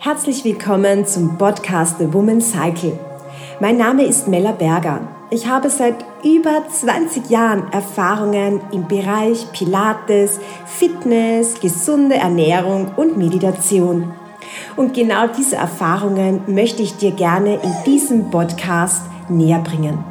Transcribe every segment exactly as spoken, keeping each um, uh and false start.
Herzlich willkommen zum Podcast The Women's Cycle. Mein Name ist Mella Berger. Ich habe seit über zwanzig Jahren Erfahrungen im Bereich Pilates, Fitness, gesunde Ernährung und Meditation. Und genau diese Erfahrungen möchte ich dir gerne in diesem Podcast näher bringen.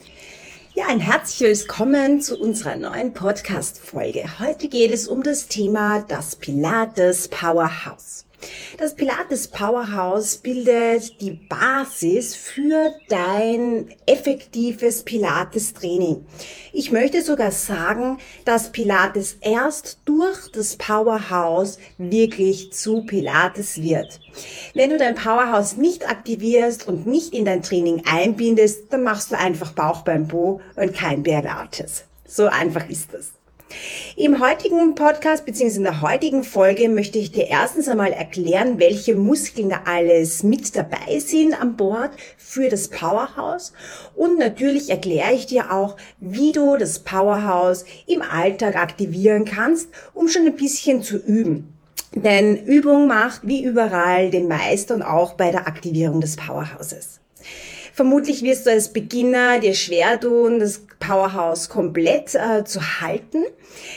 Ja, ein herzliches Willkommen zu unserer neuen Podcast-Folge. Heute geht es um das Thema das Pilates Powerhouse. Das Pilates Powerhouse bildet die Basis für dein effektives Pilates-Training. Ich möchte sogar sagen, dass Pilates erst durch das Powerhouse wirklich zu Pilates wird. Wenn du dein Powerhouse nicht aktivierst und nicht in dein Training einbindest, dann machst du einfach Bauch beim Po und kein Pilates. So einfach ist das. Im heutigen Podcast bzw. in der heutigen Folge möchte ich dir erstens einmal erklären, welche Muskeln da alles mit dabei sind an Bord für das Powerhouse. Und natürlich erkläre ich dir auch, wie du das Powerhouse im Alltag aktivieren kannst, um schon ein bisschen zu üben. Denn Übung macht wie überall den Meister und auch bei der Aktivierung des Powerhouses. Vermutlich wirst du als Beginner dir schwer tun, das Powerhouse komplett äh, zu halten.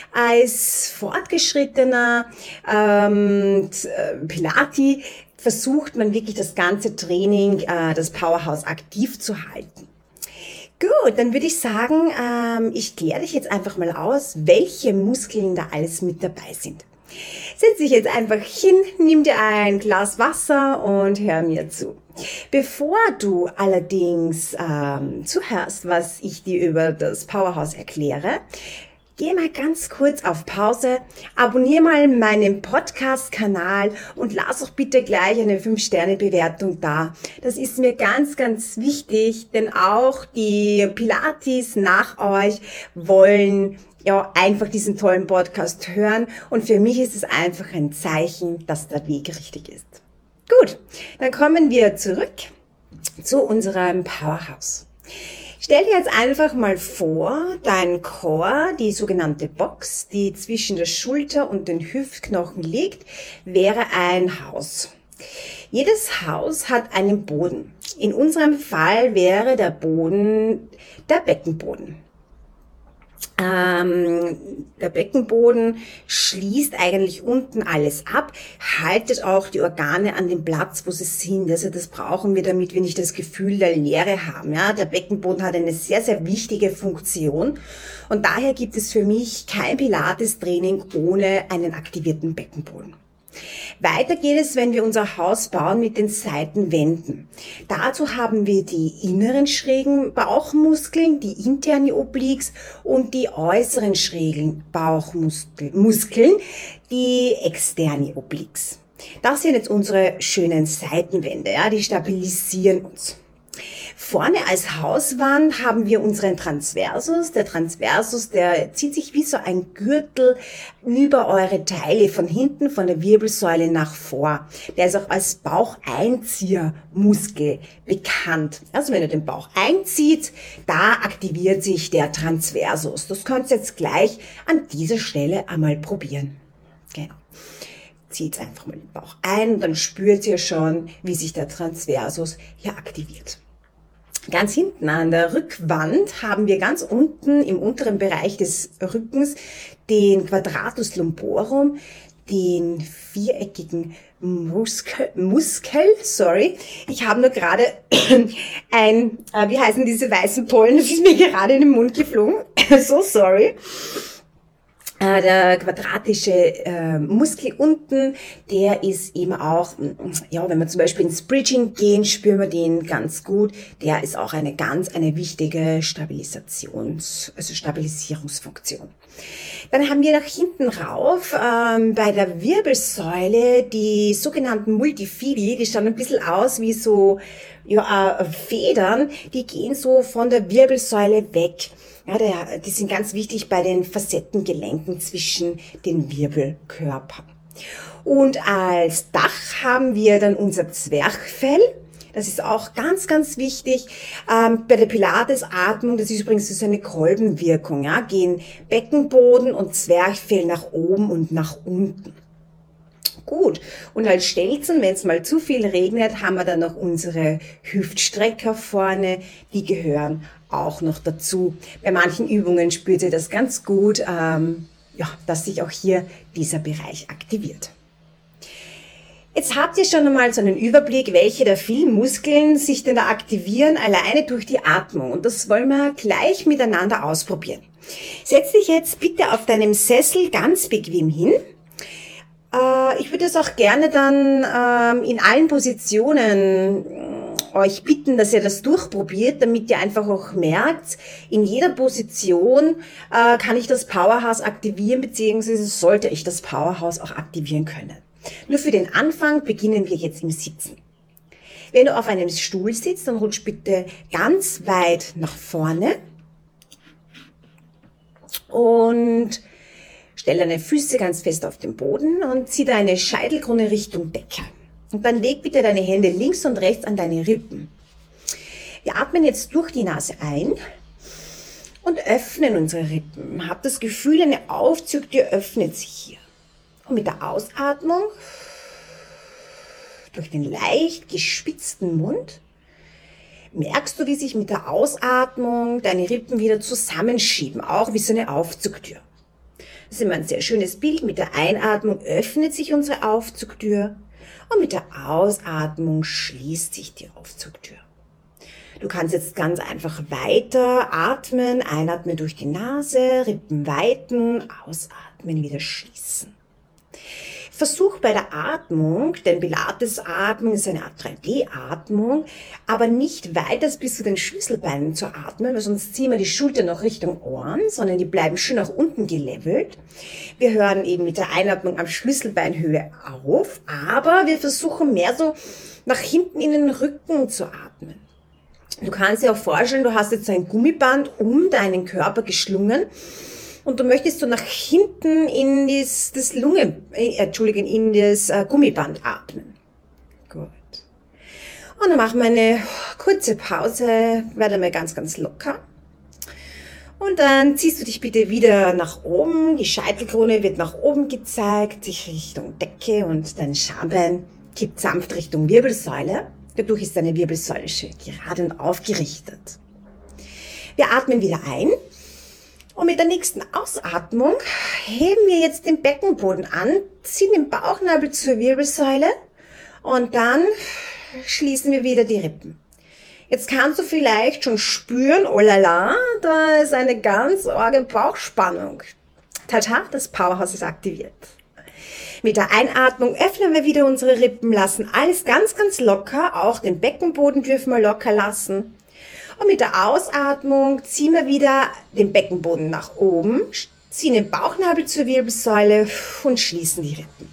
Als Fortgeschrittener ähm, Pilati versucht man wirklich das ganze Training, äh, das Powerhouse aktiv zu halten. Gut, dann würde ich sagen, ähm, ich kläre dich jetzt einfach mal aus, welche Muskeln da alles mit dabei sind. Setz dich jetzt einfach hin, nimm dir ein Glas Wasser und hör mir zu. Bevor du allerdings ähm, zuhörst, was ich dir über das Powerhouse erkläre, geh mal ganz kurz auf Pause, abonniere mal meinen Podcast-Kanal und lass auch bitte gleich eine fünf Sterne Bewertung da. Das ist mir ganz, ganz wichtig, denn auch die Pilatis nach euch wollen ja einfach diesen tollen Podcast hören und für mich ist es einfach ein Zeichen, dass der Weg richtig ist. Gut, dann kommen wir zurück zu unserem Powerhouse. Stell dir jetzt einfach mal vor, dein Core, die sogenannte Box, die zwischen der Schulter und den Hüftknochen liegt, wäre ein Haus. Jedes Haus hat einen Boden. In unserem Fall wäre der Boden der Beckenboden. Ähm, der Beckenboden schließt eigentlich unten alles ab, haltet auch die Organe an dem Platz, wo sie sind. Also das brauchen wir, damit wir nicht das Gefühl der Leere haben. Ja, der Beckenboden hat eine sehr, sehr wichtige Funktion und daher gibt es für mich kein Pilates-Training ohne einen aktivierten Beckenboden. Weiter geht es, wenn wir unser Haus bauen mit den Seitenwänden. Dazu haben wir die inneren schrägen Bauchmuskeln, die internen Obliques und die äußeren schrägen Bauchmuskeln, die externen Obliques. Das sind jetzt unsere schönen Seitenwände, ja, die stabilisieren uns. Vorne als Hauswand haben wir unseren Transversus. Der Transversus, der zieht sich wie so ein Gürtel über eure Teile von hinten, von der Wirbelsäule nach vor. Der ist auch als Baucheinziehermuskel bekannt. Also wenn ihr den Bauch einzieht, da aktiviert sich der Transversus. Das könnt ihr jetzt gleich an dieser Stelle einmal probieren. Genau. Zieht einfach mal den Bauch ein und dann spürt ihr schon, wie sich der Transversus hier aktiviert. Ganz hinten an der Rückwand haben wir ganz unten im unteren Bereich des Rückens den Quadratus lumborum, den viereckigen Muskel, Muskel, sorry. Ich habe nur gerade ein, äh, wie heißen diese weißen Pollen, das ist mir gerade in den Mund geflogen, so sorry. Der quadratische äh, Muskel unten, der ist eben auch, ja, wenn wir zum Beispiel ins Bridging gehen, spüren wir den ganz gut. Der ist auch eine ganz, eine wichtige Stabilisations-, also Stabilisierungsfunktion. Dann haben wir nach hinten rauf ähm, bei der Wirbelsäule die sogenannten Multifidi, die schauen ein bisschen aus wie so ja, äh, Federn, die gehen so von der Wirbelsäule weg. Ja, der, die sind ganz wichtig bei den Facettengelenken zwischen den Wirbelkörpern. Und als Dach haben wir dann unser Zwerchfell. Das ist auch ganz, ganz wichtig. Ähm, bei der Pilates-Atmung, das ist übrigens so eine Kolbenwirkung, ja, gehen Beckenboden und Zwerchfell nach oben und nach unten. gut. Und als Stelzen, wenn es mal zu viel regnet, haben wir dann noch unsere Hüftstrecker vorne, die gehören auch noch dazu. Bei manchen Übungen spürt ihr das ganz gut, ähm, ja, dass sich auch hier dieser Bereich aktiviert. Jetzt habt ihr schon einmal so einen Überblick, welche der vielen Muskeln sich denn da aktivieren, alleine durch die Atmung. Und das wollen wir gleich miteinander ausprobieren. Setz dich jetzt bitte auf deinem Sessel ganz bequem hin. Äh, ich würde es auch gerne dann ähm, in allen Positionen äh, euch bitten, dass ihr das durchprobiert, damit ihr einfach auch merkt, in jeder Position äh, kann ich das Powerhouse aktivieren, beziehungsweise sollte ich das Powerhouse auch aktivieren können. Nur für den Anfang beginnen wir jetzt im Sitzen. Wenn du auf einem Stuhl sitzt, dann rutsch bitte ganz weit nach vorne und stell deine Füße ganz fest auf den Boden und zieh deine Scheitelkrone Richtung Decke. Und dann leg bitte deine Hände links und rechts an deine Rippen. Wir atmen jetzt durch die Nase ein und öffnen unsere Rippen. Habt das Gefühl, eine Aufzugtür öffnet sich hier. Und mit der Ausatmung durch den leicht gespitzten Mund merkst du, wie sich mit der Ausatmung deine Rippen wieder zusammenschieben, auch wie so eine Aufzugtür. Das ist immer ein sehr schönes Bild. Mit der Einatmung öffnet sich unsere Aufzugtür und mit der Ausatmung schließt sich die Aufzugtür. Du kannst jetzt ganz einfach weiter atmen, einatmen durch die Nase, Rippen weiten, ausatmen, wieder schließen. Versuch bei der Atmung, denn Pilates-Atmung ist eine Art drei D Atmung, aber nicht weiter bis zu den Schlüsselbeinen zu atmen, weil sonst ziehen wir die Schulter noch Richtung Ohren, sondern die bleiben schön nach unten gelevelt. Wir hören eben mit der Einatmung am Schlüsselbeinhöhe auf, aber wir versuchen mehr so nach hinten in den Rücken zu atmen. Du kannst dir auch vorstellen, du hast jetzt ein Gummiband um deinen Körper geschlungen und du möchtest so nach hinten in das, das Lunge, äh, Entschuldigung, in das äh, Gummiband atmen. Gut. Und dann machen wir eine kurze Pause, werde mal ganz, ganz locker. Und dann ziehst du dich bitte wieder nach oben. Die Scheitelkrone wird nach oben gezeigt, sich Richtung Decke und dein Schambein kippt sanft Richtung Wirbelsäule. Dadurch ist deine Wirbelsäule schön gerade und aufgerichtet. Wir atmen wieder ein. Und mit der nächsten Ausatmung heben wir jetzt den Beckenboden an, ziehen den Bauchnabel zur Wirbelsäule und dann schließen wir wieder die Rippen. Jetzt kannst du vielleicht schon spüren, oh la la, da ist eine ganz arge Bauchspannung. Tata, das Powerhouse ist aktiviert. Mit der Einatmung öffnen wir wieder unsere Rippen, lassen alles ganz, ganz locker, auch den Beckenboden dürfen wir locker lassen. Und mit der Ausatmung ziehen wir wieder den Beckenboden nach oben, ziehen den Bauchnabel zur Wirbelsäule und schließen die Rippen.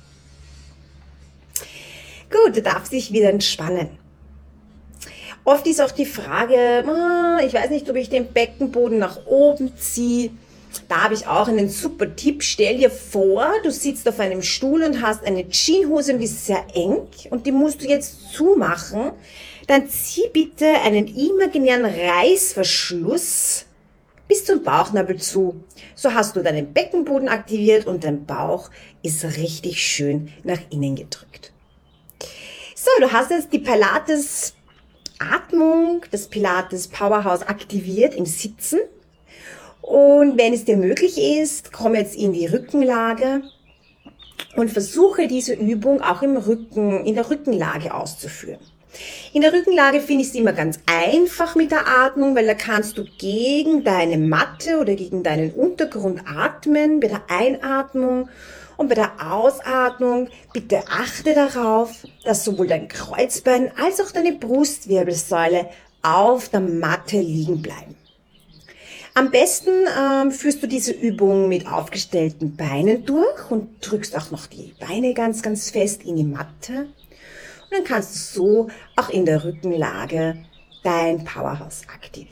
Gut, du darfst dich wieder entspannen. Oft ist auch die Frage, ich weiß nicht, ob ich den Beckenboden nach oben ziehe. Da habe ich auch einen super Tipp. Stell dir vor, du sitzt auf einem Stuhl und hast eine Jeanshose und die ist sehr eng und die musst du jetzt zumachen. Dann zieh bitte einen imaginären Reißverschluss bis zum Bauchnabel zu. So hast du deinen Beckenboden aktiviert und dein Bauch ist richtig schön nach innen gedrückt. So, du hast jetzt die Pilates Atmung, das Pilates Powerhouse aktiviert im Sitzen. Und wenn es dir möglich ist, komm jetzt in die Rückenlage und versuche diese Übung auch im Rücken, in der Rückenlage auszuführen. In der Rückenlage finde ich es immer ganz einfach mit der Atmung, weil da kannst du gegen deine Matte oder gegen deinen Untergrund atmen bei der Einatmung und bei der Ausatmung bitte achte darauf, dass sowohl dein Kreuzbein als auch deine Brustwirbelsäule auf der Matte liegen bleiben. Am besten ähm, führst du diese Übung mit aufgestellten Beinen durch und drückst auch noch die Beine ganz, ganz fest in die Matte. Und dann kannst du so auch in der Rückenlage dein Powerhouse aktivieren.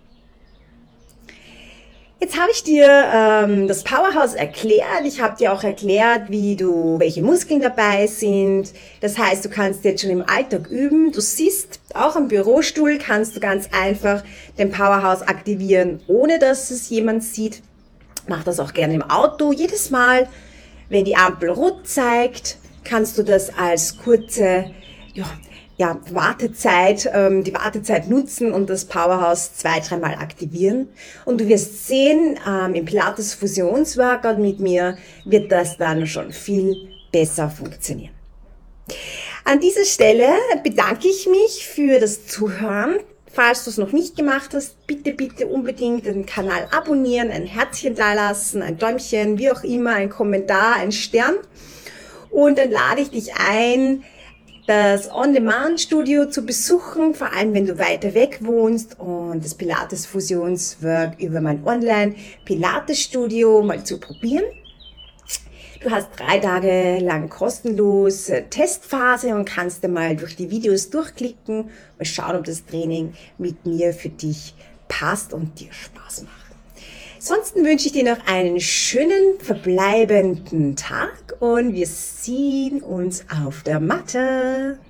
Jetzt habe ich dir ähm, das Powerhouse erklärt. Ich habe dir auch erklärt, wie du, welche Muskeln dabei sind. Das heißt, du kannst jetzt schon im Alltag üben. Du siehst, auch am Bürostuhl kannst du ganz einfach den Powerhouse aktivieren, ohne dass es jemand sieht. Mach das auch gerne im Auto. Jedes Mal, wenn die Ampel rot zeigt, kannst du das als kurze ja, ja, Wartezeit, ähm, die Wartezeit nutzen und das Powerhouse zwei, dreimal aktivieren. Und du wirst sehen, ähm, im Pilates Fusionsworkout mit mir wird das dann schon viel besser funktionieren. An dieser Stelle bedanke ich mich für das Zuhören. Falls du es noch nicht gemacht hast, bitte, bitte unbedingt den Kanal abonnieren, ein Herzchen dalassen, ein Däumchen, wie auch immer, ein Kommentar, ein Stern. Und dann lade ich dich ein, das On-Demand-Studio zu besuchen, vor allem wenn du weiter weg wohnst, und das Pilates-Fusionswork über mein Online-Pilates-Studio mal zu probieren. Du hast drei Tage lang kostenlos Testphase und kannst dann mal durch die Videos durchklicken und schauen, ob das Training mit mir für dich passt und dir Spaß macht. Ansonsten wünsche ich dir noch einen schönen verbleibenden Tag und wir sehen uns auf der Matte.